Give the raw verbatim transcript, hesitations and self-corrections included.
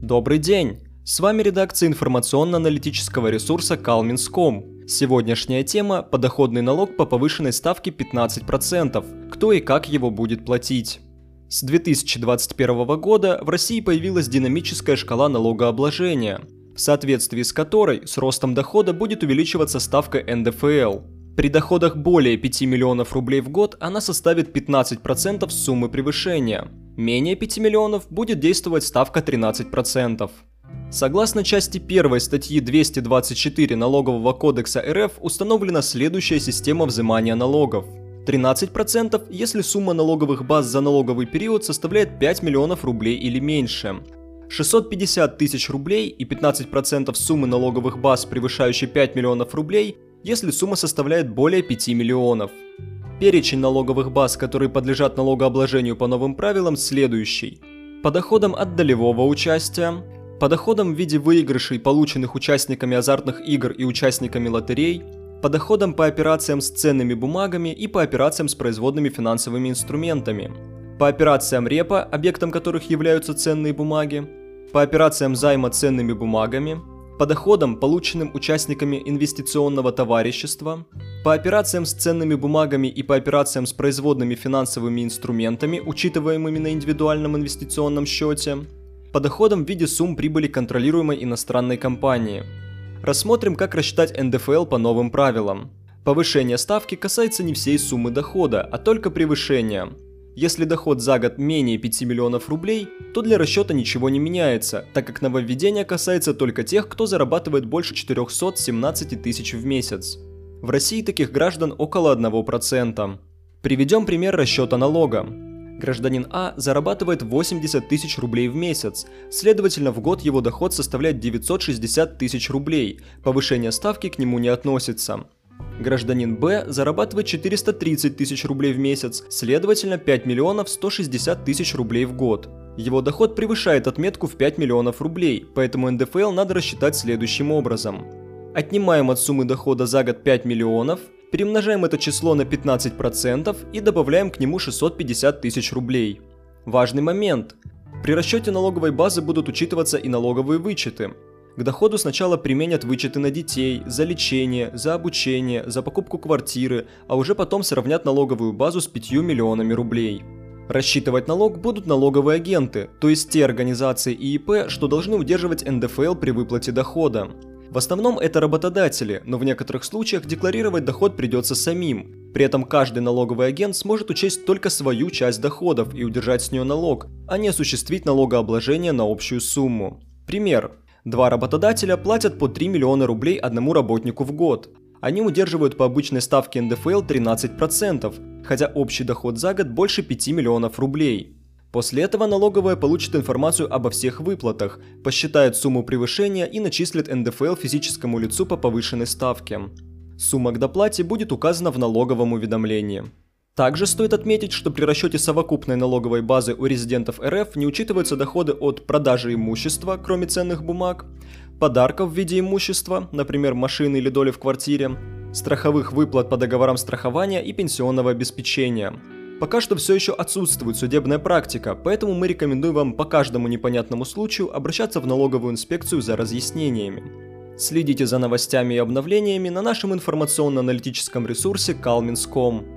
Добрый день! С вами редакция информационно-аналитического ресурса Calmins точка ком. Сегодняшняя тема – подоходный налог по повышенной ставке пятнадцать процентов. Кто и как его будет платить? С две тысячи двадцать первого года в России появилась динамическая шкала налогообложения, в соответствии с которой с ростом дохода будет увеличиваться ставка эн дэ эф эл. При доходах более пяти миллионов рублей в год она составит пятнадцать процентов суммы превышения. Менее пяти миллионов будет действовать ставка тринадцать процентов. Согласно части первой статьи двести двадцать четыре Налогового кодекса эр эф установлена следующая система взимания налогов. тринадцать процентов, если сумма налоговых баз за налоговый период составляет пять миллионов рублей или меньше. шестьсот пятьдесят тысяч рублей и пятнадцать процентов суммы налоговых баз, превышающей пять миллионов рублей, если сумма составляет более пяти миллионов. Перечень налоговых баз, которые подлежат налогообложению по новым правилам, следующий. По доходам от долевого участия, по доходам в виде выигрышей, полученных участниками азартных игр и участниками лотерей, по доходам по операциям с ценными бумагами и по операциям с производными финансовыми инструментами, по операциям репо, объектом которых являются ценные бумаги, по операциям займа ценными бумагами, по доходам, полученным участниками инвестиционного товарищества, по операциям с ценными бумагами и по операциям с производными финансовыми инструментами, учитываемыми на индивидуальном инвестиционном счете, по доходам в виде сумм прибыли контролируемой иностранной компании. Рассмотрим, как рассчитать эн дэ эф эл по новым правилам. Повышение ставки касается не всей суммы дохода, а только превышения. Если доход за год менее пяти миллионов рублей, то для расчета ничего не меняется, так как нововведение касается только тех, кто зарабатывает больше четырёхсот семнадцати тысяч в месяц. В России таких граждан около одного процента. Приведем пример расчета налога. Гражданин А зарабатывает восемьдесят тысяч рублей в месяц, следовательно, в год его доход составляет девятьсот шестьдесят тысяч рублей, повышение ставки к нему не относится. Гражданин Б зарабатывает четыреста тридцать тысяч рублей в месяц, следовательно, пять миллионов сто шестьдесят тысяч рублей в год. Его доход превышает отметку в пять миллионов рублей, поэтому эн дэ эф эл надо рассчитать следующим образом. Отнимаем от суммы дохода за год пять миллионов, перемножаем это число на пятнадцать процентов и добавляем к нему шестьсот пятьдесят тысяч рублей. Важный момент. При расчете налоговой базы будут учитываться и налоговые вычеты. К доходу сначала применят вычеты на детей, за лечение, за обучение, за покупку квартиры, а уже потом сравнят налоговую базу с пятью миллионами рублей. Рассчитывать налог будут налоговые агенты, то есть те организации и и пэ, что должны удерживать эн дэ эф эл при выплате дохода. В основном это работодатели, но в некоторых случаях декларировать доход придется самим. При этом каждый налоговый агент сможет учесть только свою часть доходов и удержать с нее налог, а не осуществить налогообложение на общую сумму. Пример. Два работодателя платят по три миллиона рублей одному работнику в год. Они удерживают по обычной ставке эн дэ эф эл тринадцать процентов, хотя общий доход за год больше пяти миллионов рублей. После этого налоговая получит информацию обо всех выплатах, посчитает сумму превышения и начислит эн дэ эф эл физическому лицу по повышенной ставке. Сумма к доплате будет указана в налоговом уведомлении. Также стоит отметить, что при расчете совокупной налоговой базы у резидентов эр эф не учитываются доходы от продажи имущества, кроме ценных бумаг, подарков в виде имущества, например, машины или доли в квартире, страховых выплат по договорам страхования и пенсионного обеспечения. Пока что все еще отсутствует судебная практика, поэтому мы рекомендуем вам по каждому непонятному случаю обращаться в налоговую инспекцию за разъяснениями. Следите за новостями и обновлениями на нашем информационно-аналитическом ресурсе Calmins точка ком.